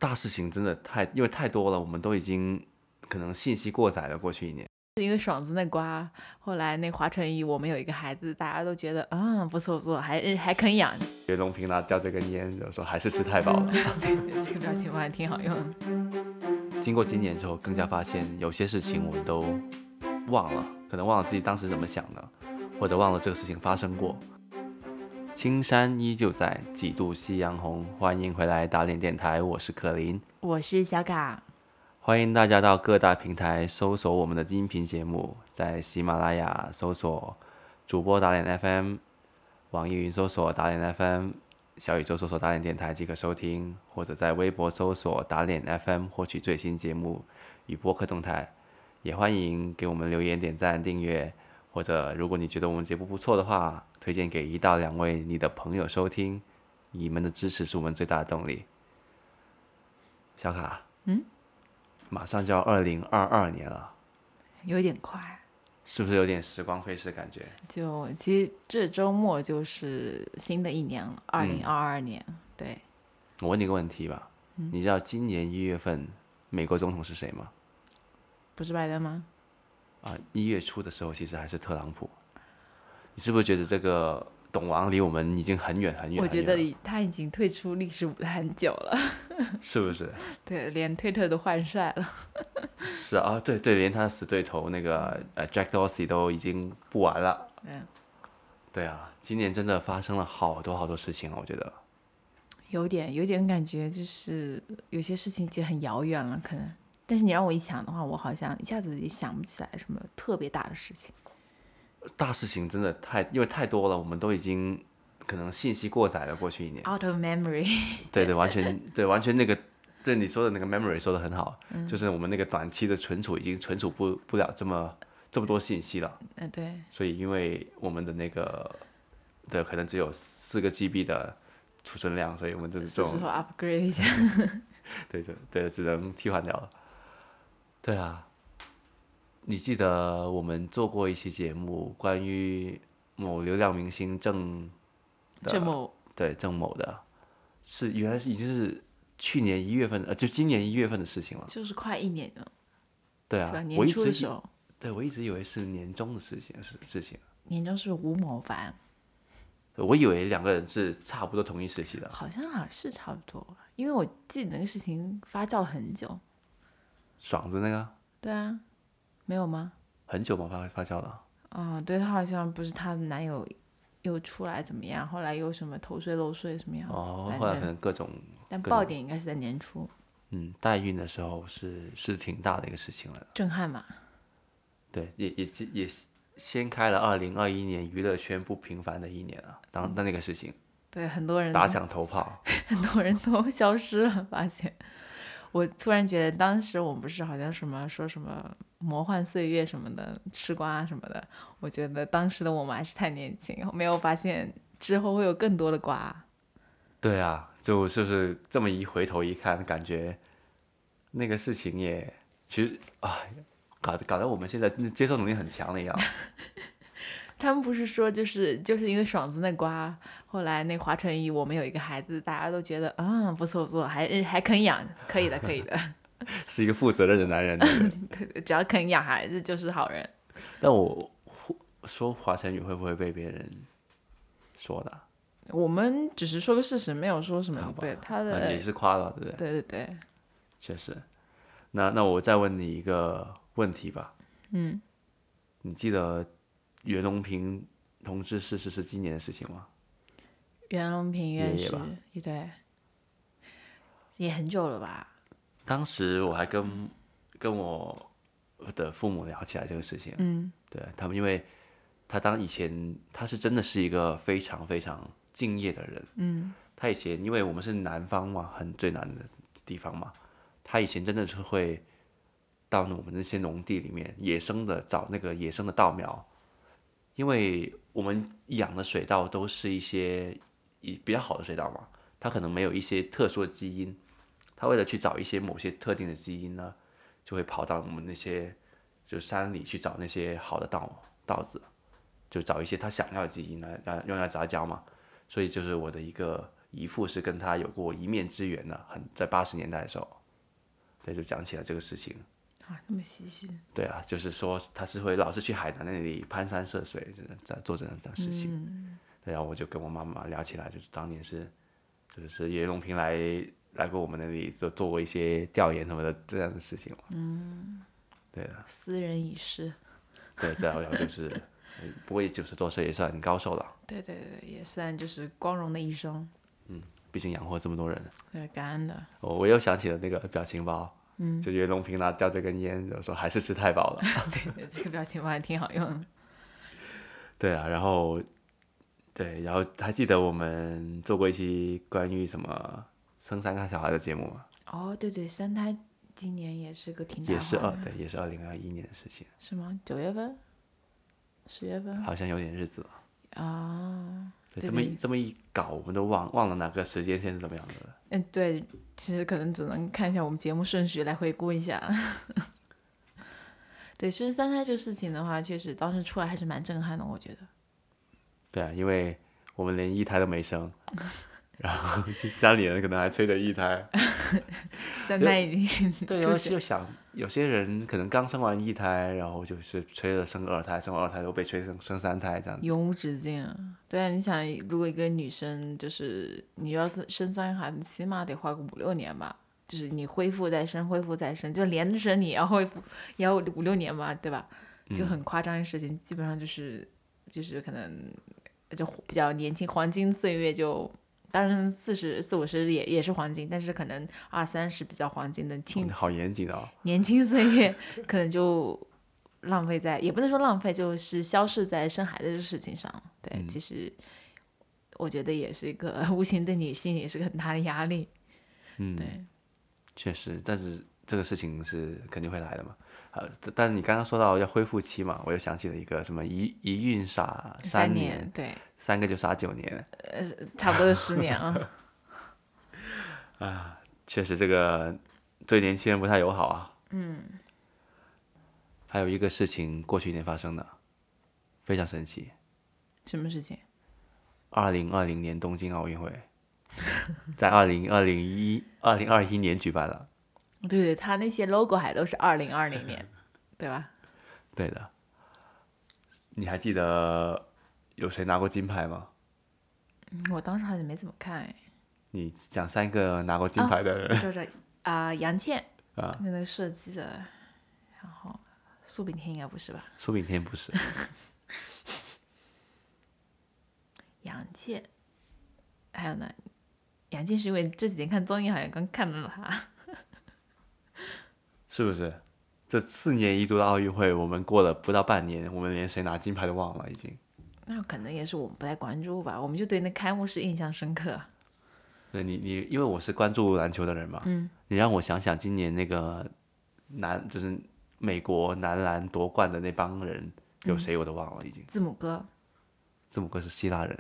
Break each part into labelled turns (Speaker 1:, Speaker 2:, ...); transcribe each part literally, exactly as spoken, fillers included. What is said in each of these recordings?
Speaker 1: 大事情真的太，因为太多了，我们都已经可能信息过载了过去一年。
Speaker 2: 因为爽子那瓜，后来那华晨宇我们有一个孩子，大家都觉得嗯不错不错，还还肯养。
Speaker 1: 袁隆平拿叼着根烟，有时候还是吃太饱了。
Speaker 2: 这个表情包还挺好用的。
Speaker 1: 经过今年之后，更加发现有些事情我们都忘了，可能忘了自己当时怎么想的，或者忘了这个事情发生过。青山依旧在，几度夕阳红。欢迎回来打脸电台，我是可林，
Speaker 2: 我是小嘎。
Speaker 1: 欢迎大家到各大平台搜索我们的音频节目，在喜马拉雅搜索主播打脸 F M， 网易云搜索打脸 F M， 小宇宙搜索打脸电台即可收听，或者在微博搜索打脸 F M 获取最新节目与播客动态。也欢迎给我们留言、点赞、订阅，或者如果你觉得我们节目不错的话，推荐给一到两位你的朋友收听。你们的支持是我们最大的动力。小卡，
Speaker 2: 嗯，
Speaker 1: 马上就要二零二二年了，
Speaker 2: 有点快，
Speaker 1: 是不是有点时光飞逝的感觉？
Speaker 2: 就其实这周末就是新的一年了，二零二二年、嗯。对，
Speaker 1: 我问你个问题吧、嗯，你知道今年一月份美国总统是谁吗？
Speaker 2: 不是拜登吗？
Speaker 1: 啊，一月初的时候其实还是特朗普。你是不是觉得这个董王离我们已经很远很远很远了？
Speaker 2: 我觉得他已经退出历史舞台很久了，
Speaker 1: 是不是？
Speaker 2: 对，连推特都换帅了。
Speaker 1: 是啊，对对，连他的死对头那个呃 Jack Dorsey 都已经不玩了。
Speaker 2: 嗯，
Speaker 1: 对啊，今年真的发生了好多好多事情了，我觉得。
Speaker 2: 有点有点感觉，就是有些事情已经很遥远了，可能。但是你让我一想的话，我好像一下子也想不起来什么特别大的事情。
Speaker 1: 大事情真的太，因为太多了，我们都已经可能信息过载了过去一年。
Speaker 2: Out of memory 。
Speaker 1: 对对，完全对，完全那个，对你说的那个 memory 说的很好、嗯，就是我们那个短期的存储已经存储不不了这么这么多信息了。
Speaker 2: 嗯，对。
Speaker 1: 所以因为我们的那个，对，可能只有四个 G B 的储存量，所以我们就是这种。
Speaker 2: 是时候 upgrade 一下。
Speaker 1: 对对对，只能替换掉了。对啊，你记得我们做过一期节目，关于某流量明星郑的
Speaker 2: 郑某，
Speaker 1: 对郑某的，是原来是已经是去年一月份，呃，就今年一月份的事情了。
Speaker 2: 就是快一年了。
Speaker 1: 对啊，
Speaker 2: 年
Speaker 1: 我一直
Speaker 2: 初的时候，
Speaker 1: 对我一直以为是年终的事情，是事情。
Speaker 2: 年终是吴某凡。
Speaker 1: 我以为两个人是差不多同一时期的。
Speaker 2: 好像好像是差不多，因为我记得那个事情发酵了很久。
Speaker 1: 爽子那个？
Speaker 2: 对啊，没有吗？
Speaker 1: 很久吗？发发酵了。
Speaker 2: 哦，对，他好像不是她的男友又出来怎么样，后来又什么偷税漏税什么样。
Speaker 1: 哦，后来可能各种。
Speaker 2: 但爆点应该是在年初。
Speaker 1: 嗯，代孕的时候是是挺大的一个事情了。
Speaker 2: 震撼嘛。
Speaker 1: 对，也也也掀开了二零二一年娱乐圈不平凡的一年啊，当当那个事情。
Speaker 2: 对，很多人
Speaker 1: 打响头炮，
Speaker 2: 很多人都消失了，发现。我突然觉得当时我们不是好像什么说什么魔幻岁月什么的，吃瓜什么的，我觉得当时的我们还是太年轻，没有发现之后会有更多的瓜。
Speaker 1: 对啊，就就是这么一回头一看，感觉那个事情也其实啊，搞得搞得我们现在接受能力很强的一样。
Speaker 2: 他们不是说就是就是因为爽子那瓜，后来那华晨宇我们有一个孩子，大家都觉得嗯不错不错，还还肯养，可以的可以的。
Speaker 1: 是一个负责任的男人。
Speaker 2: 对，只要肯养孩子就是好人。
Speaker 1: 但我说华晨宇会不会被别人说的？
Speaker 2: 我们只是说个事实，没有说什么对他的、
Speaker 1: 嗯、也是夸了，对不对？
Speaker 2: 对对对，
Speaker 1: 确实。那那我再问你一个问题吧。
Speaker 2: 嗯，
Speaker 1: 你记得袁隆平同志逝世是今年的事情吗？
Speaker 2: 袁隆平院士，
Speaker 1: 爷爷
Speaker 2: 对，也很久了吧？
Speaker 1: 当时我还跟跟我的父母聊起来这个事情。
Speaker 2: 嗯，
Speaker 1: 对他们，因为他当以前他是真的是一个非常非常敬业的人。
Speaker 2: 嗯，
Speaker 1: 他以前因为我们是南方嘛，很最南的地方嘛，他以前真的是会到我们那些农地里面野生的找那个野生的稻苗，因为我们养的水稻都是一些比较好的水稻嘛，它可能没有一些特殊的基因，他为了去找一些某些特定的基因呢，就会跑到我们那些就山里去找那些好的稻稻子，就找一些他想要的基因来用来杂交嘛。所以就是我的一个姨父是跟他有过一面之缘的，很在八十年代的时候，对，就讲起了这个事情。
Speaker 2: 啊，那么唏嘘。
Speaker 1: 对啊，就是说他是会老是去海南那里攀山涉水，就是在做这样的事情。
Speaker 2: 嗯，
Speaker 1: 对，然后我就跟我妈妈聊起来，就是当年是，就是袁隆平来来过我们那里做做过一些调研什么的这样的事情嘛。嗯，对的，
Speaker 2: 斯人已逝。
Speaker 1: 对，然后然后就是，不过也九十多岁也是很高寿了，
Speaker 2: 对对对，也算就是光荣的一生。
Speaker 1: 毕竟养活这么多人。
Speaker 2: 对，感恩的。
Speaker 1: 我我又想起了那个表情包，嗯，就袁隆平拿叼着根烟，就说还是吃太饱了。
Speaker 2: 对，这个表情包还挺好用的。
Speaker 1: 对啊，然后对，然后还记得我们做过一期关于什么生三个小孩的节目吗？
Speaker 2: 哦，对对，三胎今年也是个挺大
Speaker 1: 也是二，
Speaker 2: 话的，
Speaker 1: 对，也是二零二一年的事情，
Speaker 2: 是吗？九月份、十月份
Speaker 1: 好像有点日子了。
Speaker 2: 啊？
Speaker 1: 对，
Speaker 2: 对对，
Speaker 1: 这么一这么一搞，我们都忘忘了哪个时间线是怎么样的了。
Speaker 2: 嗯，对，其实可能只能看一下我们节目顺序来回顾一下。对，其实三胎这个事情的话，确实当时出来还是蛮震撼的，我觉得。
Speaker 1: 对啊，因为我们连一胎都没生，然后家里人可能还催着一胎。
Speaker 2: 三胎已经
Speaker 1: 对，然后
Speaker 2: 出现
Speaker 1: 就想有些人可能刚生完一胎，然后就是催着生二胎，生完二胎又被催生生三胎这样子。
Speaker 2: 永无止境啊。对啊，你想，如果一个女生就是你要是生三个孩子，起码得花个五六年吧。就是你恢复再生，恢复再生，就连着生你也要恢复，也要五六年吧，对吧？就很夸张的事情，基本上就是就是可能就比较年轻，黄金岁月就。当然，四十四五十也也是黄金，但是可能二三十比较黄金的青、
Speaker 1: 哦好严谨哦。
Speaker 2: 年轻岁月，可能就浪费在，也不能说浪费，就是消逝在生孩子的事情上。对，
Speaker 1: 嗯
Speaker 2: 其实我觉得也是一个无形对女性也是个很大的压力。
Speaker 1: 嗯，
Speaker 2: 对，
Speaker 1: 确实，但是这个事情是肯定会来的嘛。呃，但是你刚刚说到要恢复期嘛，我又想起了一个什么一一孕傻
Speaker 2: 三
Speaker 1: 年，
Speaker 2: 对，
Speaker 1: 三个就傻九年。
Speaker 2: 差不多是十年了。
Speaker 1: 确实这个对年轻人不太友好啊。
Speaker 2: 嗯，
Speaker 1: 还有一个事情过去一年发生的，非常神奇。
Speaker 2: 什么事情？
Speaker 1: 二零二零年东京奥运会在二零二零一二零二一年举办了。
Speaker 2: 对对，他那些 logo 还都是二零二零年，对吧？
Speaker 1: 对的，你还记得有谁拿过金牌吗？
Speaker 2: 嗯我当时好像没怎么看哎。
Speaker 1: 你讲三个拿过金牌的人。
Speaker 2: 这这啊，杨倩
Speaker 1: 啊，
Speaker 2: 那个射击的，然后苏炳添应该不是吧？
Speaker 1: 苏炳添不是。
Speaker 2: 杨倩，还有呢，杨倩是因为这几天看综艺，好像刚看到了她。
Speaker 1: 是不是？这四年一度的奥运会，我们过了不到半年，我们连谁拿金牌都忘了，已经。
Speaker 2: 那可能也是我们不太关注吧，我们就对那开幕式印象深刻。
Speaker 1: 对你，你因为我是关注篮球的人嘛，
Speaker 2: 嗯，
Speaker 1: 你让我想想今年那个男，就是美国男篮夺冠的那帮人有谁我都忘了，已经。
Speaker 2: 字母哥，
Speaker 1: 字母哥是希腊人，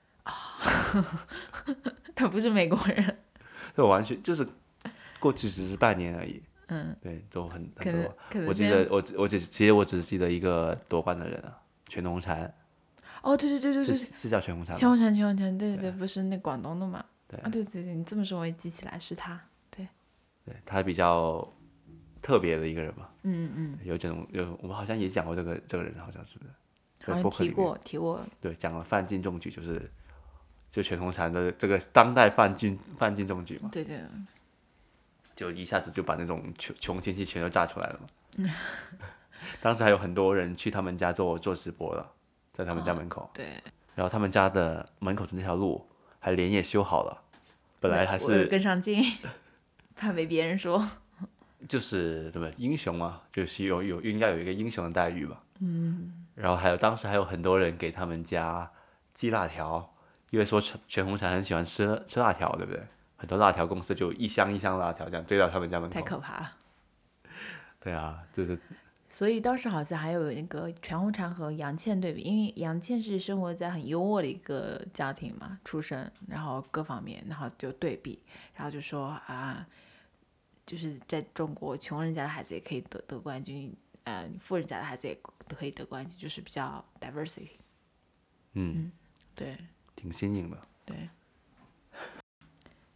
Speaker 2: 他不是美国人。
Speaker 1: 对，我完全就是过去只是半年而已。
Speaker 2: 嗯，
Speaker 1: 对，都很
Speaker 2: 可能
Speaker 1: 很多。
Speaker 2: 可能
Speaker 1: 我记得我只我只其实我只记得一个夺冠的人啊，全红婵。
Speaker 2: 哦，对对对对对，
Speaker 1: 是是叫全红婵吗？
Speaker 2: 全红婵，全红婵，对对对，不是那广东的嘛？
Speaker 1: 对
Speaker 2: 啊，对对对，你这么说我也记起来是他。对，
Speaker 1: 对，他比较特别的一个人嘛。
Speaker 2: 嗯嗯，
Speaker 1: 有这种有我们好像也讲过这个这个人，好像是不是？在
Speaker 2: 好像
Speaker 1: 播客里面
Speaker 2: 提过提过。
Speaker 1: 对，讲了范进中举，就是就全红婵的这个当代范进范进中举嘛，
Speaker 2: 对对，
Speaker 1: 就一下子就把那种穷穷亲戚全都炸出来了嘛。当时还有很多人去他们家做做直播了，在他们家门口。
Speaker 2: 对，
Speaker 1: 然后他们家的门口的那条路还连夜修好了，本来还
Speaker 2: 为了
Speaker 1: 是
Speaker 2: 跟上劲，怕被别人说。
Speaker 1: 就是怎么英雄嘛，就是有有应该有一个英雄的待遇吧。嗯。然后还有当时还有很多人给他们家寄辣条，因为说全全红婵很喜欢吃吃辣条，对不对？很多辣条公司就一箱一箱辣条这样堆到他们家门口。
Speaker 2: 太可怕了。
Speaker 1: 对啊，就是
Speaker 2: 所以当时好像还有那个全红婵和杨倩对比，因为杨倩是生活在很优渥的一个家庭嘛，出身，然后各方面，然后就对比，然后就说啊，就是在中国穷人家的孩子也可以得得冠军，呃，富人家的孩子也可以得冠军，就是比较 diversity。
Speaker 1: 嗯，
Speaker 2: 对
Speaker 1: 挺新颖的。
Speaker 2: 对。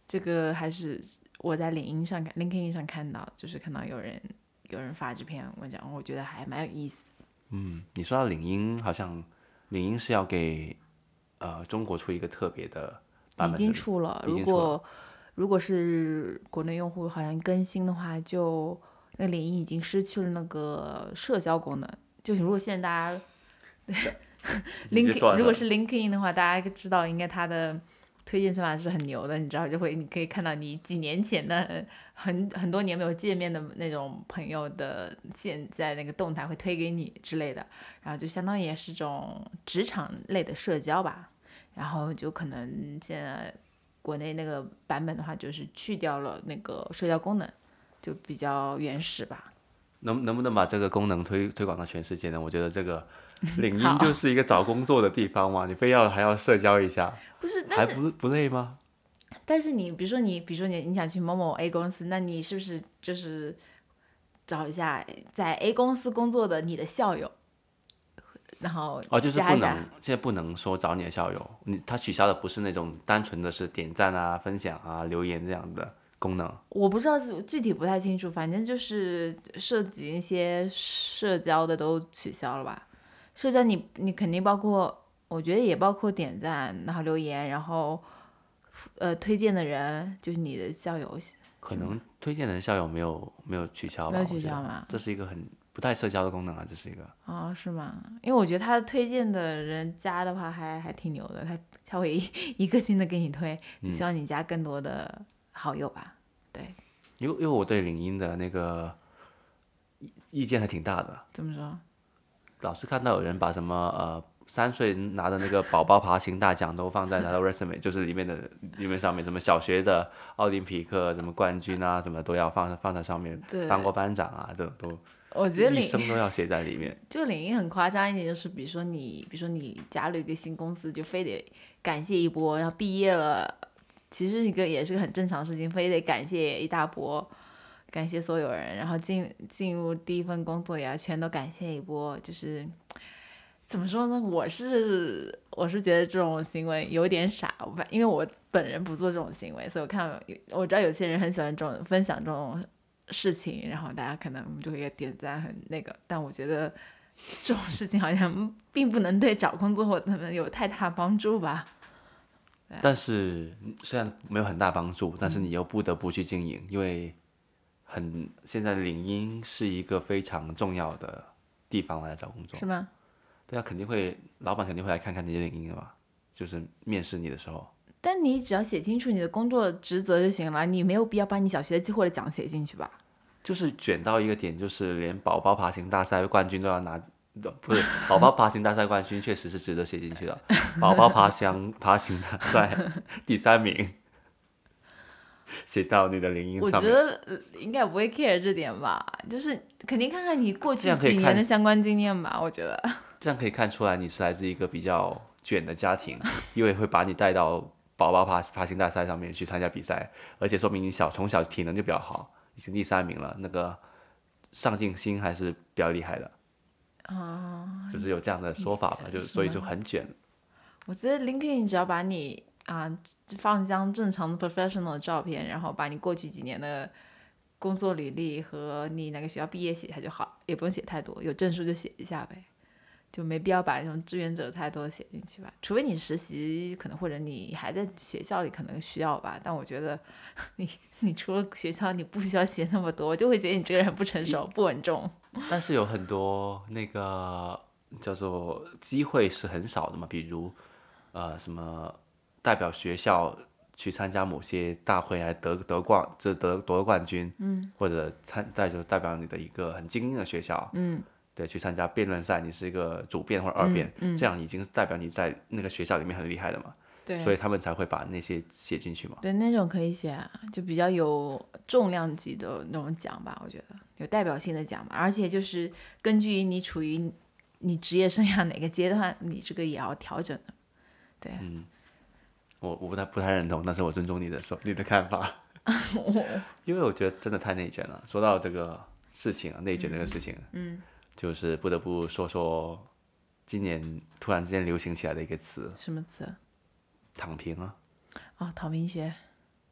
Speaker 2: 这个还是我在领英上看 LinkedIn 上看到，就是看到有人有人发这篇文章，我觉得还蛮有意思。
Speaker 1: 嗯，你说到领英，好像领英是要给呃中国出一个特别的版
Speaker 2: 已
Speaker 1: 本，
Speaker 2: 经出了，
Speaker 1: 已经出了。
Speaker 2: 如果如果是国内用户好像更新的话，就那领英已经失去了那个社交功能。就是如果现在大家
Speaker 1: 你先说
Speaker 2: LinkedIn
Speaker 1: 完说。
Speaker 2: 如果是 LinkedIn 的话，大家知道应该它的推荐算法是很牛的，你知道就会你可以看到你几年前的很很多年没有见面的那种朋友的现在那个动态会推给你之类的，然后就相当于也是种职场类的社交吧。然后就可能现在国内那个版本的话，就是去掉了那个社交功能，就比较原始吧。
Speaker 1: 能能不能把这个功能推推广到全世界呢？我觉得这个领英就
Speaker 2: 好，
Speaker 1: 是一个找工作的地方嘛，你非要还要社交一下，
Speaker 2: 不是，但是
Speaker 1: 还不不累吗？
Speaker 2: 但是你比如说你比如说你你想去某某 A 公司，那你是不是就是找一下在 A 公司工作的你的校友，然后
Speaker 1: 哦，就是不能，
Speaker 2: 加一下。
Speaker 1: 现在不能说找你的校友，你他取消的不是那种单纯的是点赞啊、分享啊、留言这样的功能。
Speaker 2: 我不知道具体不太清楚，反正就是涉及一些社交的都取消了吧。社交你你肯定包括，我觉得也包括点赞，然后留言，然后呃推荐的人就是你的校友，
Speaker 1: 可能推荐人校友没有没有取消吧，
Speaker 2: 没有
Speaker 1: 我觉得
Speaker 2: 取消吗？
Speaker 1: 这是一个很不带社交的功能啊，这是一个。
Speaker 2: 哦，是吗？因为我觉得他推荐的人加的话还还挺牛的，他他会一一个劲的给你推，希望你加更多的好友吧。对，
Speaker 1: 因为因为我对领英的那个意意见还挺大的，
Speaker 2: 怎么说？
Speaker 1: 老是看到有人把什么呃三岁拿的那个宝宝爬行大奖都放在他的 resume，就是里面的里面上面什么小学的奥林匹克什么冠军啊，什么都要放放在上面，
Speaker 2: 对，
Speaker 1: 当过班长啊，这种都一
Speaker 2: 我觉得领
Speaker 1: 生都要写在里面。
Speaker 2: 就领英很夸张一点，就是比如说你，比如说你加入一个新公司，就非得感谢一波，然后毕业了，其实一个也是个很正常的事情，非得感谢一大波，感谢所有人，然后进进入第一份工作也要全都感谢一波，就是怎么说呢？我是我是觉得这种行为有点傻，我反因为我本人不做这种行为，所以我看到有我知道有些人很喜欢这种分享这种事情，然后大家可能就会点赞很那个，但我觉得这种事情好像并不能对找工作或怎么有太大帮助吧。
Speaker 1: 但是虽然没有很大帮助，但是你又不得不去经营，因为很现在领英是一个非常重要的地方来找工作。
Speaker 2: 是吗？
Speaker 1: 对啊，肯定会，老板肯定会来看看你的领英的吧，就是面试你的时候。
Speaker 2: 但你只要写清楚你的工作职责就行了，你没有必要把你小学期或者奖写进去吧？
Speaker 1: 就是卷到一个点，就是连宝宝爬行大赛冠军都要拿，不是宝宝爬行大赛冠军确实是值得写进去的。宝宝爬行爬行大赛第三名，写到你的领英
Speaker 2: 我
Speaker 1: 上面，
Speaker 2: 觉得呃应该不会 care 这点吧，就是肯定看看你过
Speaker 1: 这
Speaker 2: 去几年
Speaker 1: 样可以看，
Speaker 2: 的相关经验吧，我觉得。
Speaker 1: 这样可以看出来你是来自一个比较卷的家庭，因为会把你带到宝宝爬爬行大赛上面去参加比赛，而且说明你小从小体能就比较好，已经第三名了，那个上进心还是比较厉害的。
Speaker 2: 啊、
Speaker 1: 就是有这样的说法吧，就是所以就很卷。
Speaker 2: 我觉得 LinkedIn 只要把你啊放一张正常的 professional 的照片，然后把你过去几年的工作履历和你哪个学校毕业写一下就好，也不用写太多，有证书就写一下呗，就没必要把那种志愿者太多写进去吧。除非你实习，可能或者你还在学校里可能需要吧，但我觉得你你除了学校你不需要写那么多，我就会觉得你这个人不成熟、不稳重。
Speaker 1: 但是有很多那个叫做机会是很少的嘛，比如呃什么代表学校去参加某些大会，还得得冠，这得夺了冠军，嗯，或者参代就代表你的一个很精英的学校，
Speaker 2: 嗯，
Speaker 1: 对，去参加辩论赛，你是一个主辩或者二辩，
Speaker 2: 嗯嗯
Speaker 1: 这样已经代表你在那个学校里面很厉害的嘛，
Speaker 2: 对，
Speaker 1: 所以他们才会把那些写进去嘛。
Speaker 2: 对，那种可以写啊，就比较有重量级的那种奖吧，我觉得有代表性的奖嘛，而且就是根据你处于你职业生涯哪个阶段，你这个也要调整的。对，
Speaker 1: 嗯，我我不太不太认同，但是我尊重你的说你的看法，因为我觉得真的太内卷了。说到这个事情啊，内卷这个事情，
Speaker 2: 嗯，
Speaker 1: 就是不得不说说今年突然之间流行起来的一个词
Speaker 2: 什么词？
Speaker 1: “躺平”啊。
Speaker 2: 哦，躺平学。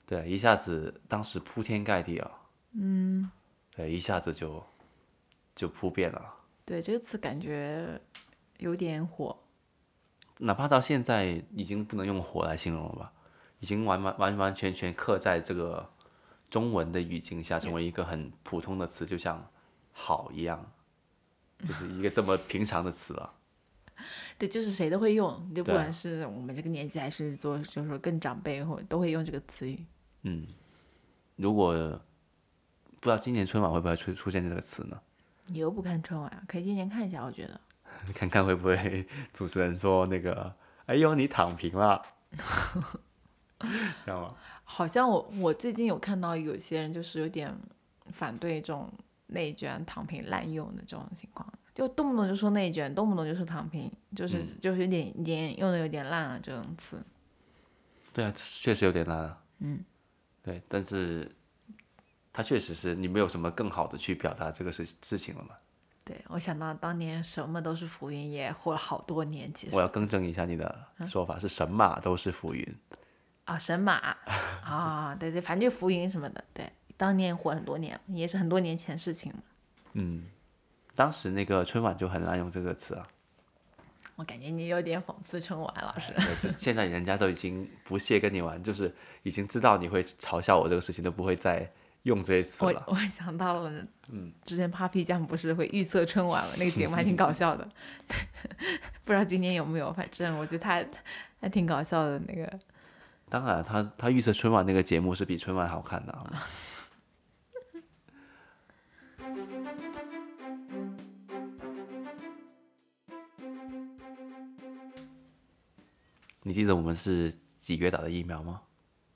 Speaker 1: 对，一下子当时铺天盖地啊，
Speaker 2: 嗯，
Speaker 1: 对，一下子就就扑遍了。
Speaker 2: 对，这个词感觉有点火。
Speaker 1: 哪怕到现在已经不能用火来形容了吧，已经完完完完全全刻在这个中文的语境下，成为一个很普通的词，就像好一样，就是一个这么平常的词了。
Speaker 2: 对，就是谁都会用，就不
Speaker 1: 对啊
Speaker 2: 管是我们这个年纪，还是做就是说更长辈，或都会用这个词语。
Speaker 1: 嗯，如果不知道今年春晚会不会出出现这个词呢？
Speaker 2: 你又不看春晚啊，可以今年看一下，我觉得。
Speaker 1: 看看会不会主持人说那个，哎呦你躺平了，这样吗？
Speaker 2: 好像我我最近有看到有些人就是有点反对这种内卷、躺平滥用的这种情况，就动不动就说内卷，动不动就说躺平，就是、
Speaker 1: 嗯
Speaker 2: 就是有点点用的有点烂了这种词。
Speaker 1: 对啊，确实有点烂了。
Speaker 2: 嗯，
Speaker 1: 对，但是他确实是你没有什么更好的去表达这个事事情了嘛。
Speaker 2: 对，我想到当年什么都是浮云也火了好多年，其实
Speaker 1: 我要更正一下你的说法，是神马都是浮云。
Speaker 2: 啊神马啊，对对，反正就浮云什么的，对，当年火很多年，也是很多年前事情嘛。
Speaker 1: 嗯，当时那个春晚就很滥用这个词啊。
Speaker 2: 我感觉你有点讽刺春晚老师。
Speaker 1: 对，就现在人家都已经不屑跟你玩，就是已经知道你会嘲笑我这个事情，都不会再用这些词了。
Speaker 2: 我我想到了，嗯，之前 Papi 酱不是会预测春晚吗？那个节目还挺搞笑的，不知道今年有没有，反正我觉得他还挺搞笑的那个。
Speaker 1: 当然他，他预测春晚那个节目是比春晚好看的，好吗？你记得我们是几月打的疫苗吗？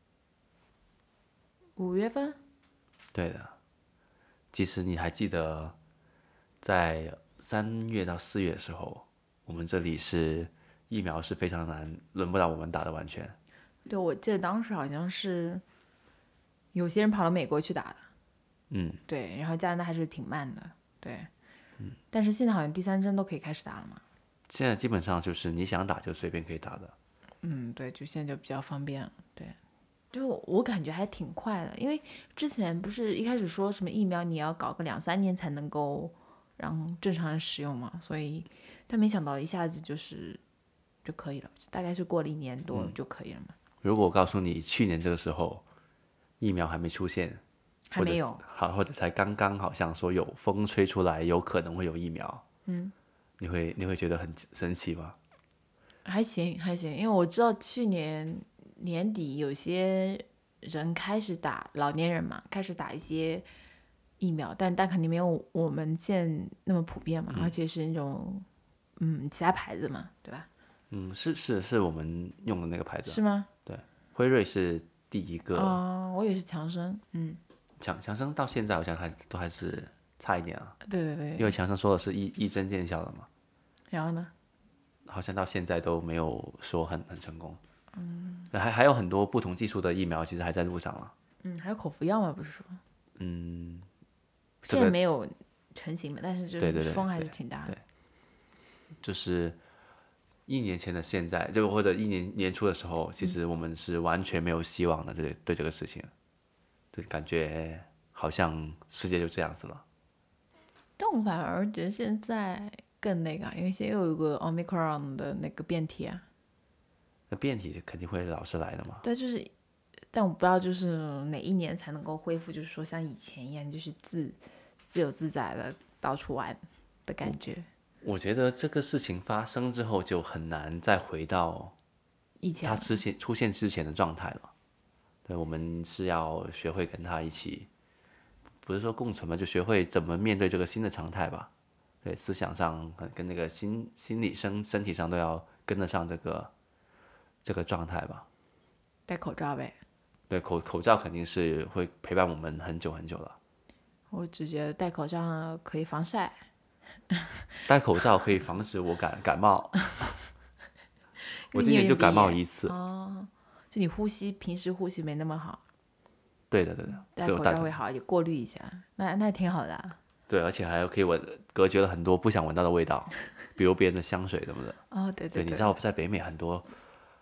Speaker 2: 五月份？
Speaker 1: 对的。其实你还记得，在三月到四月的时候，我们这里是疫苗是非常难，轮不到我们打的完全。
Speaker 2: 对，我记得当时好像是有些人跑到美国去打的，
Speaker 1: 嗯，
Speaker 2: 对，然后加拿大还是挺慢的，对，嗯，但是现在好像第三针都可以开始打了嘛。
Speaker 1: 现在基本上就是你想打就随便可以打的。
Speaker 2: 嗯，对，就现在就比较方便了，对。就我感觉还挺快的，因为之前不是一开始说什么疫苗你要搞个两三年才能够让正常人使用嘛，所以但没想到一下子就是就可以了，大概是过了一年多就可以了嘛。
Speaker 1: 如果我告诉你去年这个时候疫苗还没出现，
Speaker 2: 还没有，
Speaker 1: 好，或者才刚刚好像说有风吹出来，有可能会有疫苗，
Speaker 2: 嗯，
Speaker 1: 你会你会觉得很神奇吗？
Speaker 2: 还行还行，因为我知道去年年底有些人开始打，老年人嘛，开始打一些疫苗，但但肯定没有我们现那么普遍嘛，
Speaker 1: 嗯
Speaker 2: 而且是那种嗯其他牌子嘛，对吧？
Speaker 1: 嗯，是是是我们用的那个牌子，
Speaker 2: 是吗？
Speaker 1: 对，辉瑞是第一个。
Speaker 2: 哦，我以为是强生，嗯，
Speaker 1: 强强生到现在好像还都还是差一点啊，
Speaker 2: 对对对，
Speaker 1: 因为强生说的是一一针见效的嘛，
Speaker 2: 然后呢？
Speaker 1: 好像到现在都没有说很很成功。嗯，还还有很多不同技术的疫苗其实还在路上了。
Speaker 2: 嗯，还有口服药嘛，不是说
Speaker 1: 嗯，这
Speaker 2: 现在
Speaker 1: 个
Speaker 2: 没有成型嘛，但是就
Speaker 1: 对对对
Speaker 2: 是风还是挺大的。
Speaker 1: 就是一年前的现在，就或者一年年初的时候，其实我们是完全没有希望的，这对这个事情，就感觉好像世界就这样子了。
Speaker 2: 但我反而觉得现在更那个啊，因为现在又有一个 Omicron 的那个变体啊。
Speaker 1: 那变体肯定会老是来的嘛。
Speaker 2: 对，就是，但我不知道就是哪一年才能够恢复，就是说像以前一样，就是自自由自在的到处玩的感觉。
Speaker 1: 我觉得这个事情发生之后，就很难再回到
Speaker 2: 以前
Speaker 1: 它之前出现之前的状态了。对，我们是要学会跟他一起，不是说共存吧，就学会怎么面对这个新的常态吧。对，思想上跟那个心心理身身体上都要跟得上这个这个状态吧。
Speaker 2: 戴口罩呗。
Speaker 1: 对，口口罩肯定是会陪伴我们很久很久了。
Speaker 2: 我只觉得戴口罩可以防晒。
Speaker 1: 戴口罩可以防止我感感冒。我
Speaker 2: 因为你有
Speaker 1: 今年就感冒
Speaker 2: 鼻炎
Speaker 1: 一次。
Speaker 2: 哦，就你呼吸平时呼吸没那么好，
Speaker 1: 对的对的，
Speaker 2: 戴口
Speaker 1: 对我戴
Speaker 2: 罩会好一点，过滤一下，那那挺好的啊。
Speaker 1: 对，而且还可以闻隔绝了很多不想闻到的味道，比如别人的香水什么的。
Speaker 2: 哦，对
Speaker 1: 对，
Speaker 2: 对，
Speaker 1: 你知道在北美很多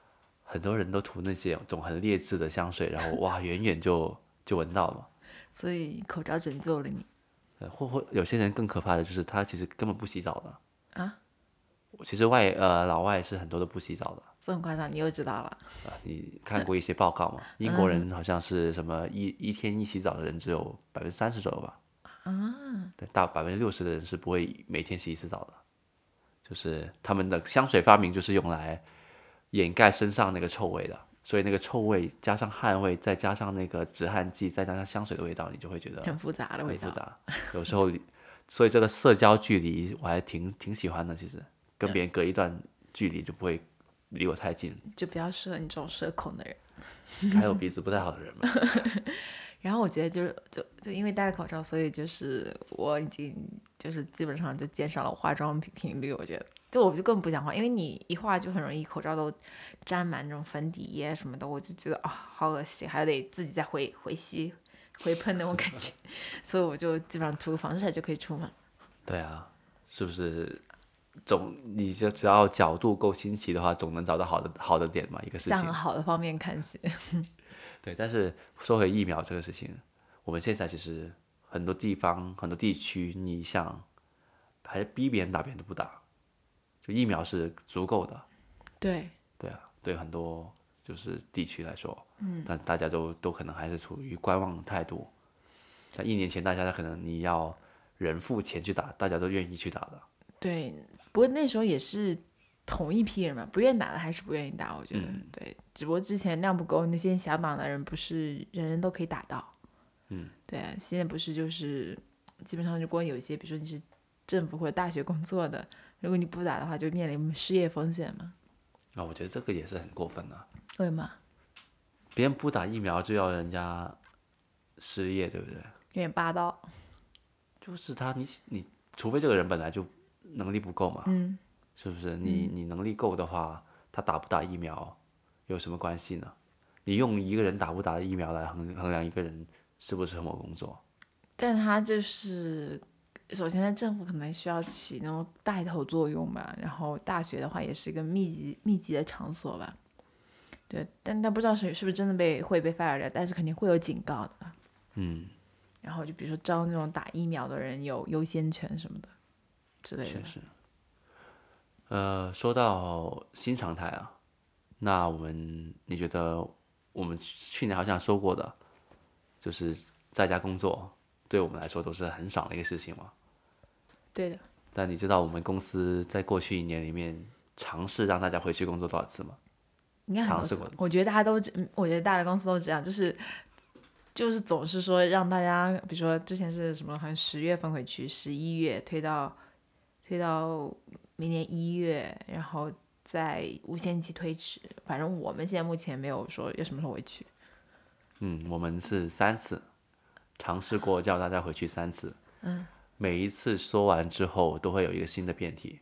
Speaker 1: 很多人都涂那些种很劣质的香水，然后哇，远远就就闻到了。
Speaker 2: 所以口罩拯救了你
Speaker 1: 呃或或有些人更可怕的就是他其实根本不洗澡的。
Speaker 2: 啊！
Speaker 1: 其实外呃老外是很多都不洗澡的。
Speaker 2: 这么夸张，你又知道了？
Speaker 1: 啊，你看过一些报告吗？英国人好像是什么一一天一洗澡的人只有百分之三十左右吧。
Speaker 2: 啊，
Speaker 1: 对，大百分之六十的人是不会每天洗一次澡的。就是他们的香水发明就是用来掩盖身上那个臭味的，所以那个臭味加上汗味，再加上那个止汗剂，再加上香水的味道，你就会觉得
Speaker 2: 很复杂的味道。
Speaker 1: 很复杂。有时候，所以这个社交距离我还挺挺喜欢的，其实跟别人隔一段距离就不会离我太近。
Speaker 2: 就比较适合你这种社恐的人。
Speaker 1: 还有鼻子不太好的人嘛。
Speaker 2: 然后我觉得就是就就因为戴了口罩，所以就是我已经就是基本上就减少了化妆品频率。我觉得就我就根本不想化，因为你一化就很容易口罩都沾满那种粉底液什么的，我就觉得啊、好恶心，还得自己再回回吸回喷那种感觉，所以我就基本上涂个防晒就可以出门。
Speaker 1: 对啊，是不是？总你就只要角度够新奇的话，总能找到好的好的点嘛，一个事情。
Speaker 2: 向好的方面看齐。
Speaker 1: 对，但是说回疫苗这个事情，我们现在其实很多地方、很多地区，你想还逼别人打，别人都不打，就疫苗是足够的。
Speaker 2: 对，
Speaker 1: 对啊，对很多就是地区来说，嗯，但大家都都可能还是处于观望态度。像一年前，大家可能你要人付钱去打，大家都愿意去打的。
Speaker 2: 对，不过那时候也是同一批人嘛，不愿打的还是不愿意打，我觉得、
Speaker 1: 嗯
Speaker 2: 对，只不过之前量不够，那些想打的人不是人人都可以打到。
Speaker 1: 嗯，
Speaker 2: 对啊，现在不是就是基本上如果有一些，比如说你是政府或者大学工作的，如果你不打的话，就面临失业风险嘛。
Speaker 1: 那、我觉得这个也是很过分的、
Speaker 2: 为什么？
Speaker 1: 别人不打疫苗就要人家失业，对不对？
Speaker 2: 有点霸道。
Speaker 1: 就是他，你你除非这个人本来就能力不够嘛，
Speaker 2: 嗯，
Speaker 1: 是不是？你你能力够的话，他打不打疫苗有什么关系呢？你用一个人打不打的疫苗来衡衡量一个人适不适合某工作？
Speaker 2: 但他就是首先在政府可能需要起那种带头作用吧，然后大学的话也是一个密集密集的场所吧。对，但但不知道是是不是真的被会被 fire 掉，但是肯定会有警告的。
Speaker 1: 嗯，
Speaker 2: 然后就比如说招那种打疫苗的人有优先权什么的之类的。
Speaker 1: 确实。呃，说到新常态啊，那我们你觉得我们去年好像说过的，就是在家工作，对我们来说都是很爽的一个事情嘛。
Speaker 2: 对的，
Speaker 1: 但你知道我们公司在过去一年里面尝试让大家回去工作多少次吗？
Speaker 2: 应该很多次
Speaker 1: 尝试过。
Speaker 2: 我觉得大家都，嗯我觉得大的公司都这样，就是就是总是说让大家，比如说之前是什么，好像十月份回去，十一月推到推到明年一月，然后再无限期推迟。反正我们现在目前没有说要什么时候回去。
Speaker 1: 嗯，我们是三次尝试过叫大家回去三次，
Speaker 2: 嗯，
Speaker 1: 每一次说完之后都会有一个新的辩题。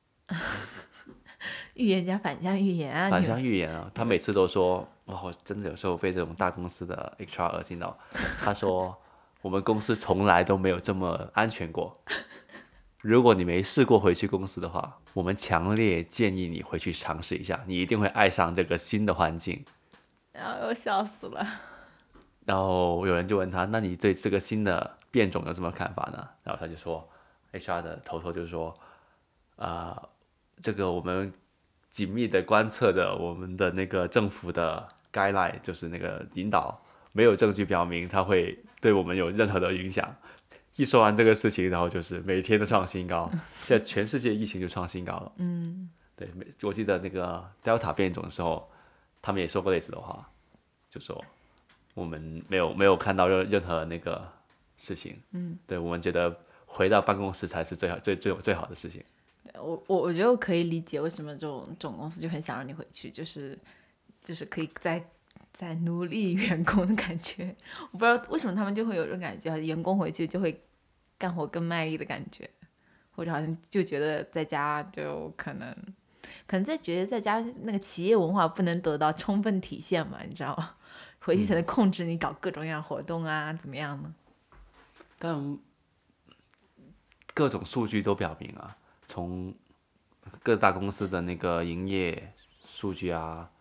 Speaker 2: 预言家反向预言啊，
Speaker 1: 反
Speaker 2: 你
Speaker 1: 向预言啊，他每次都说，哇，我真的有时候被这种大公司的 H R 恶心到。他说，我们公司从来都没有这么安全过。如果你没试过回去公司的话，我们强烈建议你回去尝试一下，你一定会爱上这个新的环境。
Speaker 2: 然后又笑死了。
Speaker 1: 然后有人就问他，那你对这个新的变种有什么看法呢？然后他就说，H R 的头头就说，啊、呃，这个我们紧密的观测着我们的那个政府的 guideline， 就是那个引导，没有证据表明它会对我们有任何的影响。一说完这个事情，然后就是每天都创新高，现在全世界疫情就创新高了。
Speaker 2: 嗯，
Speaker 1: 对，我记得那个 Delta 变种的时候，他们也说过类似的话，就说我们没有没有看到任任何那个事情。嗯，对，我们觉得回到办公室才是最好最最最好的事情。
Speaker 2: 我我我觉得我可以理解为什么这种这种公司就很想让你回去，就是就是可以在在奴隶员工的感觉。我不知道为什么他们就会有这种感觉，员工回去就会干活更卖力的感觉，或者好像就觉得在家就可能可能在觉得在家那个企业文化不能得到充分体现嘛，你知道吗？回去才能控制你搞各种各样的活动啊，怎么样呢？
Speaker 1: 但各种数据都表明啊，从各大公司的那个营业数据啊，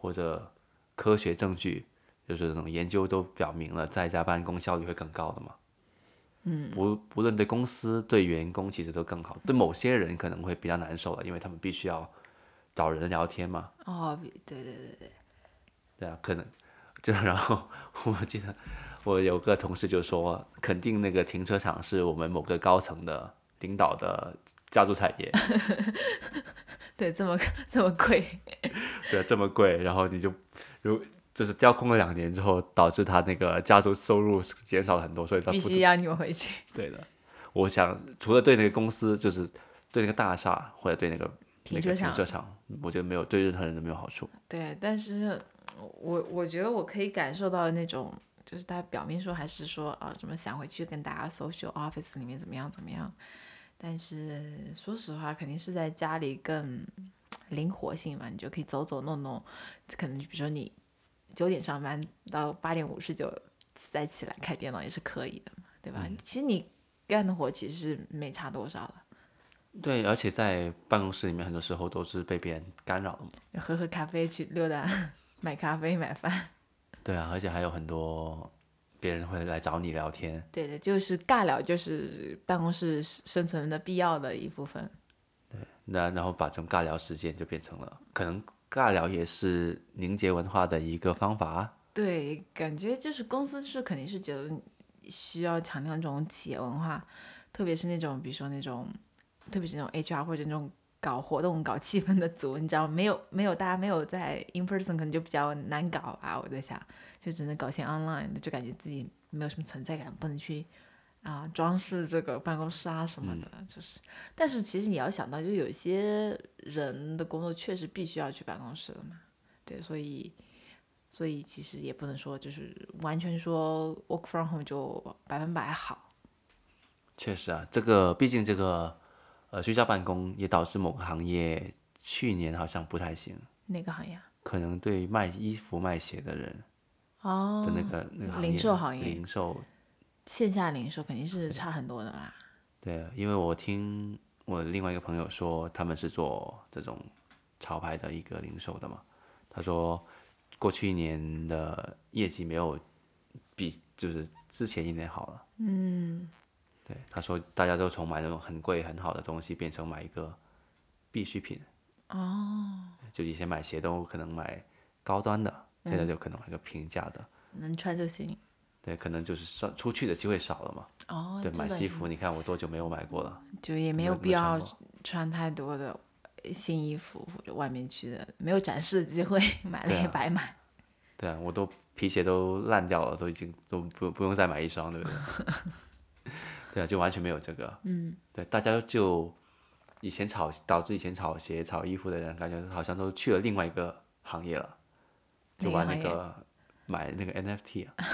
Speaker 1: 或者科学证据，就是这种研究都表明了在家办公效率会更高的嘛。嗯，不不论对公司对员工其实都更好，对某些人可能会比较难受了，因为他们必须要找人聊天嘛。
Speaker 2: 哦，对对对对，
Speaker 1: 对啊，可能就然后我记得我有个同事就说，肯定那个停车场是我们某个高层的领导的家族产业。
Speaker 2: 对，这么这么贵，
Speaker 1: 对啊，这么贵，然后你就如就是调空了两年之后，导致他那个家族收入减少了很多，所以他不
Speaker 2: 必须要你们回去。
Speaker 1: 对的。我想除了对那个公司，就是对那个大厦或者对那个那个
Speaker 2: 停车场
Speaker 1: 停车场，我觉得没有对任何人都没有好处。
Speaker 2: 对，但是我我觉得我可以感受到那种，就是他表面说还是说啊，什么想回去跟大家 social office 里面怎么样怎么样，但是说实话，肯定是在家里更灵活性嘛，你就可以走走弄弄，可能比如说你九点上班到八点五十九再起来开电脑也是可以的嘛，对吧？
Speaker 1: 嗯
Speaker 2: 其实你干的活其实是没差多少的，
Speaker 1: 对，而且在办公室里面，很多时候都是被别人干扰的嘛。
Speaker 2: 喝喝咖啡去溜达，买咖啡买饭。
Speaker 1: 对啊，而且还有很多别人会来找你聊天。
Speaker 2: 对的，就是尬聊，就是办公室生存的必要的一部分。
Speaker 1: 那然后把这种尬聊时间就变成了，可能尬聊也是凝结文化的一个方法。
Speaker 2: 对，感觉就是公司是肯定是觉得需要强调这种企业文化，特别是那种比如说那种，特别是那种 H R 或者那种搞活动、搞气氛的组，你知道没有没有大家没有在 in person 可能就比较难搞吧。我在想，就只能搞些 online 的，就感觉自己没有什么存在感，不能去啊装饰这个办公室啊什么的，
Speaker 1: 嗯、
Speaker 2: 就是。但是其实你要想到，就有一些人的工作确实必须要去办公室的嘛，对，所以。所以其实也不能说就是完全说 work from home 就百分百好。
Speaker 1: 确实啊，这个毕竟这个呃居家办公也导致某个行业去年好像不太行，
Speaker 2: 哪个行业？
Speaker 1: 可能对卖衣服卖鞋的人
Speaker 2: 哦，
Speaker 1: 的那个那个行业，
Speaker 2: 零售行业，
Speaker 1: 零售，
Speaker 2: 线下零售肯定是差很多的啦。
Speaker 1: 对，因为我听我另外一个朋友说，他们是做这种潮牌的一个零售的嘛，他说过去一年的业绩没有比就是之前一年好了。
Speaker 2: 嗯，
Speaker 1: 对，他说大家都从买那种很贵很好的东西变成买一个必需品。
Speaker 2: 哦，
Speaker 1: 就以前买鞋都可能买高端的，现在就可能买个平价的。
Speaker 2: 能穿就行。
Speaker 1: 对，可能就是少出去的机会少了嘛。
Speaker 2: 哦，
Speaker 1: 对，买
Speaker 2: 这倒是
Speaker 1: 西服，你看我多久没有买过了？
Speaker 2: 就也没
Speaker 1: 没有
Speaker 2: 有必要
Speaker 1: 没有穿过
Speaker 2: 穿太多的新衣服或者外面去的，没有展示的机会，买了
Speaker 1: 对啊
Speaker 2: 也白买。
Speaker 1: 对啊，我都皮鞋都烂掉了，都已经都不不用再买一双，对不对？对啊，就完全没有这个。
Speaker 2: 嗯，
Speaker 1: 对，大家就以前炒导致以前炒鞋、炒衣服的人，感觉好像都去了另外一个行业了，就玩那
Speaker 2: 哪个行业？
Speaker 1: 个买那个 N F T 啊。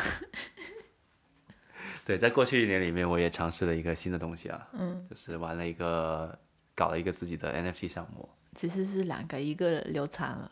Speaker 1: 对，在过去一年里面，我也尝试了一个新的东西啊，
Speaker 2: 嗯，
Speaker 1: 就是玩了一个搞了一个自己的 N F T 项目。
Speaker 2: 其实是两个，一个流产了，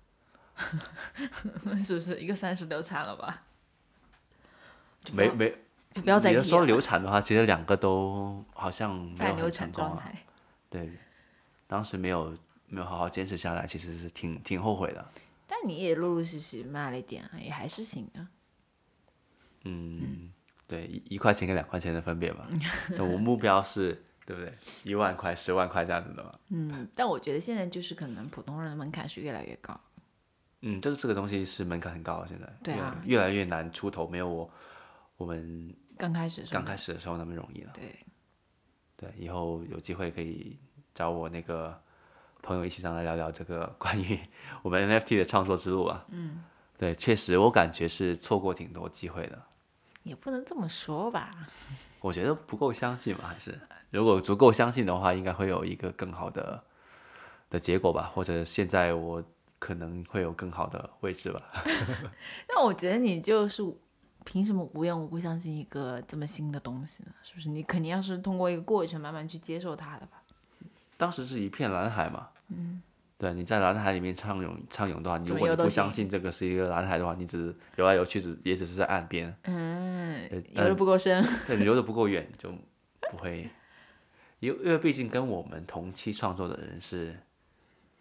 Speaker 2: 是不是？一个三十流产了吧？就不要
Speaker 1: 没没，
Speaker 2: 就不要再
Speaker 1: 你要说
Speaker 2: 提了
Speaker 1: 流产的话，其实两个都好像没有很
Speaker 2: 半流产
Speaker 1: 成功啊。
Speaker 2: 状态。
Speaker 1: 对，当时没有没有好好坚持下来，其实是挺挺后悔的。
Speaker 2: 但你也陆陆续续卖了一点啊，也还是行的。
Speaker 1: 嗯，对，一一块钱跟两块钱的分别吧。那我目标是，对不对？一万块、十万块这样子的嘛。
Speaker 2: 嗯，但我觉得现在就是可能普通人的门槛是越来越高。
Speaker 1: 嗯，这个这个东西是门槛很高的，现在
Speaker 2: 对啊
Speaker 1: 越来越来越难出头，没有我我们
Speaker 2: 刚开始的时候
Speaker 1: 刚开始的时候那么容易了。
Speaker 2: 对，
Speaker 1: 对，以后有机会可以找我那个朋友一起上来聊聊这个关于我们 N F T 的创作之路啊。嗯，对，确实我感觉是错过挺多机会的。
Speaker 2: 也不能这么说吧。
Speaker 1: 我觉得不够相信吧，还是如果足够相信的话，应该会有一个更好的的结果吧，或者现在我可能会有更好的位置吧。
Speaker 2: 那我觉得你就是凭什么无缘无故相信一个这么新的东西呢？是不是？你肯定要是通过一个过程慢慢去接受它的吧。
Speaker 1: 当时是一片蓝海嘛，嗯，对，你在蓝海里面畅泳畅泳的话，你如果你不
Speaker 2: 怎么游都行
Speaker 1: 相信这个是一个蓝海的话，你只是游来游去只也只是在岸边。
Speaker 2: 嗯，
Speaker 1: 呃
Speaker 2: 游的不够深。
Speaker 1: 对，你游的不够远，就不会，因为因为毕竟跟我们同期创作的人是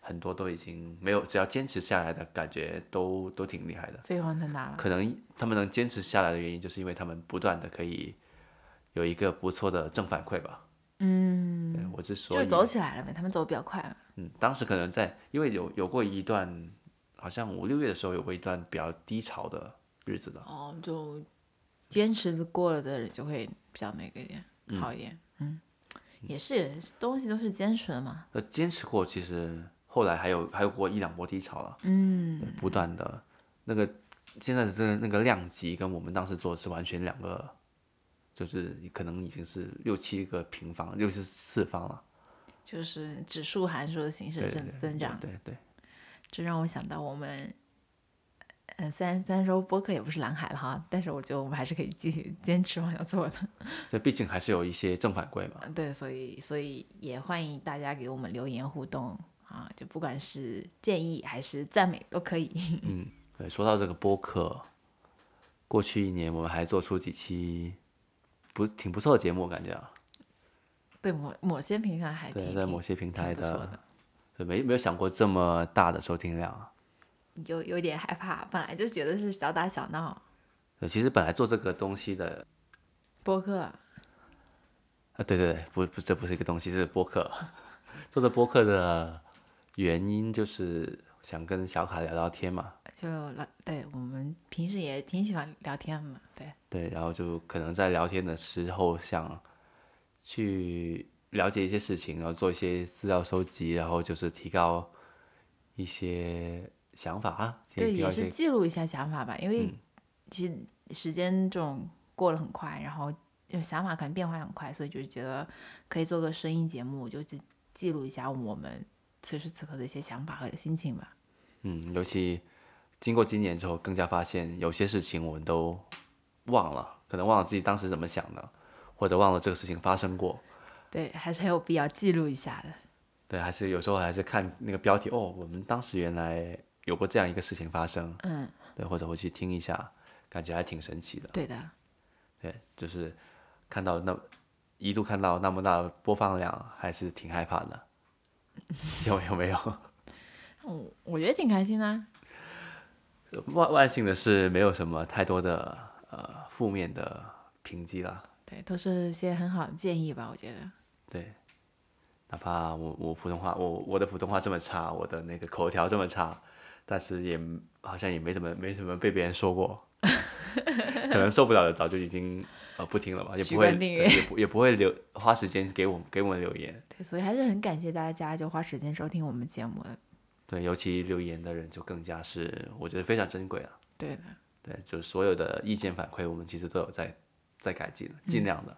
Speaker 1: 很多都已经没有，只要坚持下来的感觉都都挺厉害的。
Speaker 2: 飞黄腾达了。
Speaker 1: 可能他们能坚持下来的原因，就是因为他们不断的可以有一个不错的正反馈吧。
Speaker 2: 嗯，
Speaker 1: 对我之所以
Speaker 2: 就是走起来了呗，他们走得比较快嘛。
Speaker 1: 嗯，当时可能在，因为有有过一段，好像五六月的时候有过一段比较低潮的日子的。
Speaker 2: 哦，就坚持过了的人就会比较那个一点，好一点。嗯，也是，东西都是坚持的嘛。
Speaker 1: 呃，坚持过，其实后来还有还有过一两波低潮了。
Speaker 2: 嗯，
Speaker 1: 对，不断的，那个现在的这个那个量级跟我们当时做的是完全两个，就是可能已经是六七个平方，六七次方了。
Speaker 2: 就是指数函数的形式增增长。
Speaker 1: 对对对，
Speaker 2: 这让我想到我们，嗯，虽然虽然说播客也不是蓝海了哈，但是我觉得我们还是可以继续坚持往下做的。
Speaker 1: 这毕竟还是有一些正反馈嘛。
Speaker 2: 对，所以所以也欢迎大家给我们留言互动啊，就不管是建议还是赞美都可以。
Speaker 1: 嗯，对，说到这个播客，过去一年我们还做出几期不挺不错的节目，感觉啊。
Speaker 2: 对某某些平台还
Speaker 1: 对，
Speaker 2: 挺
Speaker 1: 在某些平台
Speaker 2: 挺不错的，
Speaker 1: 对，没没有想过这么大的收听量啊。
Speaker 2: 有有点害怕，本来就觉得是小打小闹。
Speaker 1: 对，其实本来做这个东西的，
Speaker 2: 播客
Speaker 1: 啊，对对对，不不，这不是一个东西，是播客。做这播客的原因就是想跟小卡聊聊天嘛。
Speaker 2: 就聊，对我们平时也挺喜欢聊天的嘛，对。
Speaker 1: 对，然后就可能在聊天的时候想去了解一些事情，然后做一些资料收集，然后就是提高一些想法啊，
Speaker 2: 对，
Speaker 1: 提高一些。
Speaker 2: 也是记录一下想法吧，因为其实时间这种过得很快，然后就想法可能变化很快，所以就是觉得可以做个声音节目，就记记录一下我们此时此刻的一些想法和心情吧。
Speaker 1: 嗯，尤其经过今年之后，更加发现有些事情我们都忘了，可能忘了自己当时怎么想的，或者忘了这个事情发生过。
Speaker 2: 对，还是很有必要记录一下的。
Speaker 1: 对，还是有时候还是看那个标题，哦，我们当时原来有过这样一个事情发生。
Speaker 2: 嗯，
Speaker 1: 对，或者回去听一下，感觉还挺神奇的。
Speaker 2: 对的。
Speaker 1: 对，就是看到那一度看到那么大的播放量，还是挺害怕的。有有没有？
Speaker 2: 嗯，我觉得挺开心的啊。
Speaker 1: 万万幸的是，没有什么太多的呃负面的评击啦。
Speaker 2: 对，都是一些很好的建议吧，我觉得。
Speaker 1: 对，哪怕我我普通话我我的普通话这么差，我的那个口条这么差，但是也好像也没怎么没什么被别人说过，可能受不了的早就已经呃不听了吧，也不会
Speaker 2: 举关订阅
Speaker 1: 对也不也不会留花时间给我给我们留言。
Speaker 2: 对，所以还是很感谢大家就花时间收听我们节目的。
Speaker 1: 对，尤其留言的人就更加是我觉得非常珍贵啊。
Speaker 2: 对的。
Speaker 1: 对，就是所有的意见反馈，我们其实都有在在改进，尽量的。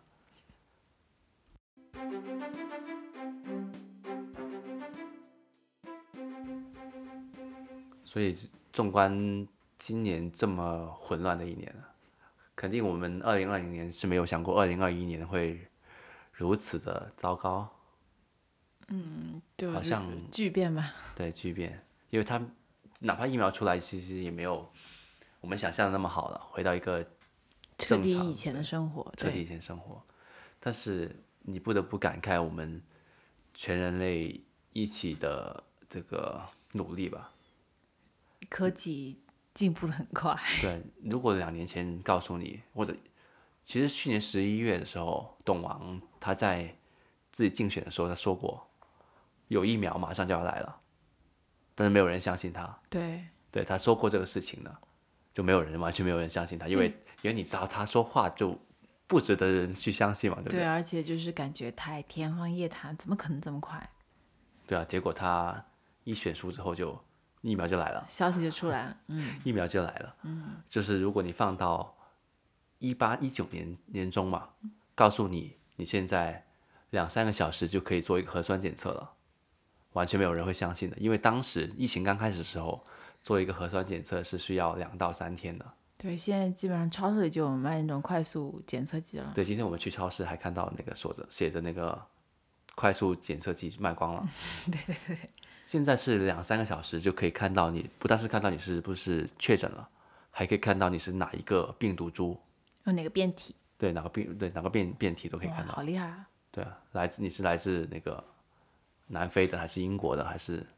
Speaker 1: 所以纵观今年这么混乱的一年，肯定我们二零二零年是没有想过二零二一年会如此的糟糕。
Speaker 2: 就
Speaker 1: 好像
Speaker 2: 巨变吧。
Speaker 1: 对巨变，因为它哪怕疫苗出来，其实也没有我们想象的那么好了，回到一个
Speaker 2: 彻
Speaker 1: 正常
Speaker 2: 底以前的生活。对，
Speaker 1: 彻底以前生活。但是你不得不感慨我们全人类一起的这个努力吧。
Speaker 2: 科技进步的很快。
Speaker 1: 对，如果两年前告诉你，或者其实去年十一月的时候，董王他在自己竞选的时候他说过，有疫苗马上就要来了，但是没有人相信他。
Speaker 2: 对，
Speaker 1: 对，他说过这个事情的，就没有人完全没有人相信他，因为、
Speaker 2: 嗯、
Speaker 1: 因为你知道他说话就不值得人去相信嘛，对不对？
Speaker 2: 对，而且就是感觉太天方夜谭，怎么可能这么快？
Speaker 1: 对啊，结果他一选输之后就疫苗就来了，
Speaker 2: 消息就出来了。嗯，
Speaker 1: 疫苗就来了。嗯，就是如果你放到一八一九年年中嘛，告诉你你现在两三个小时就可以做一个核酸检测了，完全没有人会相信的，因为当时疫情刚开始的时候，做一个核酸检测是需要两到三天的。
Speaker 2: 对，现在基本上超市里就有卖那种快速检测机了。
Speaker 1: 对，今天我们去超市还看到那个说着写着那个快速检测机卖光了。
Speaker 2: 对对对对。
Speaker 1: 现在是两三个小时就可以看到你，不但是看到你是不是确诊了，还可以看到你是哪一个病毒株，
Speaker 2: 有哪个变体？
Speaker 1: 对，哪个病对哪个变变体都可以看到。
Speaker 2: 好厉害啊！
Speaker 1: 对啊，来自你是来自那个南非的，还是英国的，还是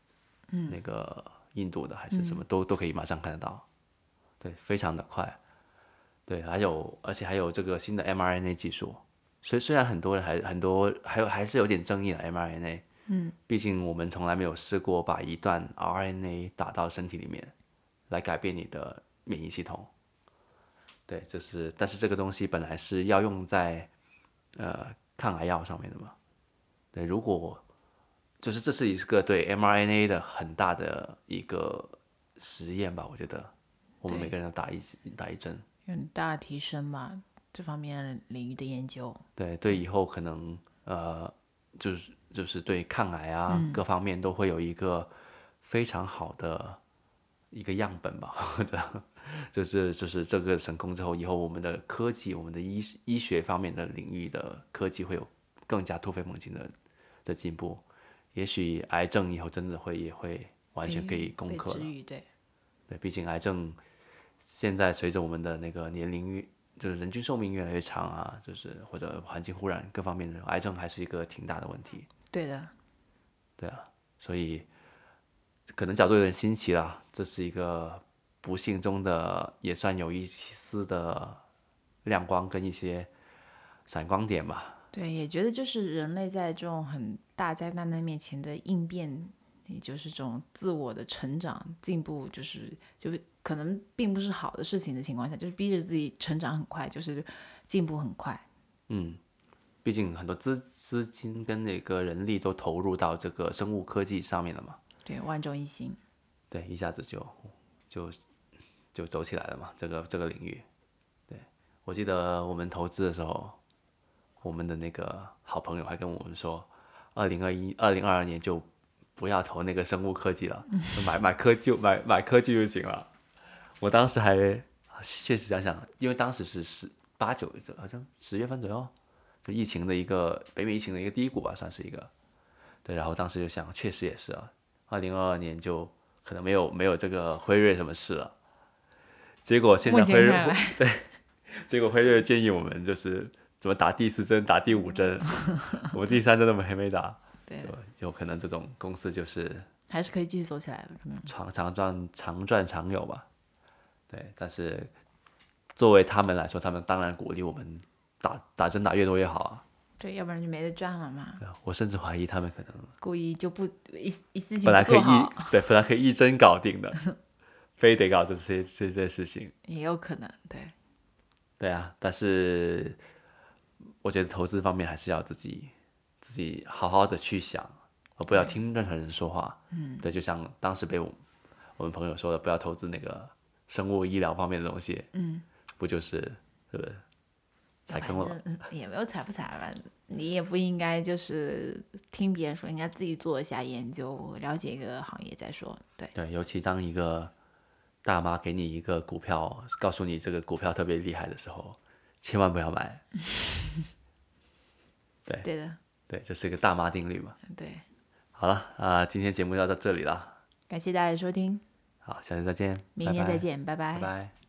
Speaker 1: 嗯，那个印度的还是什么，都都可以马上看得到，对，非常的快。对，还有而且还有这个新的 M R N A 技术，所以虽然很多人还很多还有还是有点争议的 M R N A，嗯，毕竟我们从来没有试过把一段 R N A 打到身体里面来改变你的免疫系统。对，这是但是这个东西本来是要用在呃抗癌药上面的嘛。对，如果就是这是一个对 M R N A 的很大的一个实验吧，我觉得我们每个人都打一打一针。
Speaker 2: 有很大的提升吧，这方面领域的研究。
Speaker 1: 对对，以后可能呃，就是就是对抗癌啊、嗯、各方面都会有一个非常好的一个样本吧。就是就是这个成功之后，以后我们的科技、我们的医医学方面的领域的科技会有更加突飞猛进的的进步。也许癌症以后真的会也会完全可以攻克了。
Speaker 2: 对，
Speaker 1: 对，毕竟癌症现在随着我们的那个年龄越就是人均寿命越来越长啊，就是或者环境污染各方面的癌症还是一个挺大的问题。
Speaker 2: 对的，
Speaker 1: 对啊，所以可能角度有点新奇啦，这是一个不幸中的也算有一丝的亮光跟一些闪光点吧。
Speaker 2: 对，也觉得就是人类在这种很大灾难的面前的应变，也就是这种自我的成长进步，就是就可能并不是好的事情的情况下，就是逼着自己成长很快，就是进步很快。
Speaker 1: 嗯，毕竟很多资资金跟那个人力都投入到这个生物科技上面了嘛。
Speaker 2: 对，万众一心。
Speaker 1: 对，一下子就就就走起来了嘛，这个这个领域。对，我记得我们投资的时候，我们的那个好朋友还跟我们说，二零二一、二零二二年就不要投那个生物科技了，买买科技买买科技就行了。我当时还确实想想，因为当时是十八九，好像十月份左右，就疫情的一个北美疫情的一个低谷吧，算是一个。对，然后当时就想，确实也是啊，二零二二年就可能没有没有这个辉瑞什么事了。结果现在辉瑞对，结果辉瑞建议我们就是怎么打第四针、打第五针，我第三针都还没打。
Speaker 2: 对，
Speaker 1: 就有可能这种公司就是
Speaker 2: 还是可以继续走起来的，可能
Speaker 1: 长长赚长赚长有吧。对，但是作为他们来说，他们当然鼓励我们打打针打越多越好啊。
Speaker 2: 对，要不然就没得赚了嘛。
Speaker 1: 我甚至怀疑他们可能
Speaker 2: 故意就不一一事情
Speaker 1: 本来可以
Speaker 2: 一
Speaker 1: 对本来可以一针搞定的，非得搞这些这些事情，
Speaker 2: 也有可能。对，
Speaker 1: 对啊，但是我觉得投资方面还是要自己自己好好的去想，而不要听任何人说话。嗯，对，就像当时被我我们朋友说的，不要投资那个生物医疗方面的东西。嗯，不就是是不是踩坑了？
Speaker 2: 也没有踩不踩吧，你也不应该就是听别人说，应该自己做一下研究，了解一个行业再说。对
Speaker 1: 对，尤其当一个大妈给你一个股票，告诉你这个股票特别厉害的时候，千万不要买。对
Speaker 2: 对的，
Speaker 1: 对，这是一个大妈定律嘛。
Speaker 2: 对，
Speaker 1: 好了啊、呃，今天节目要到这里了，
Speaker 2: 感谢大家的收听，
Speaker 1: 好，下次再见，
Speaker 2: 明天再见，拜拜。
Speaker 1: 拜拜。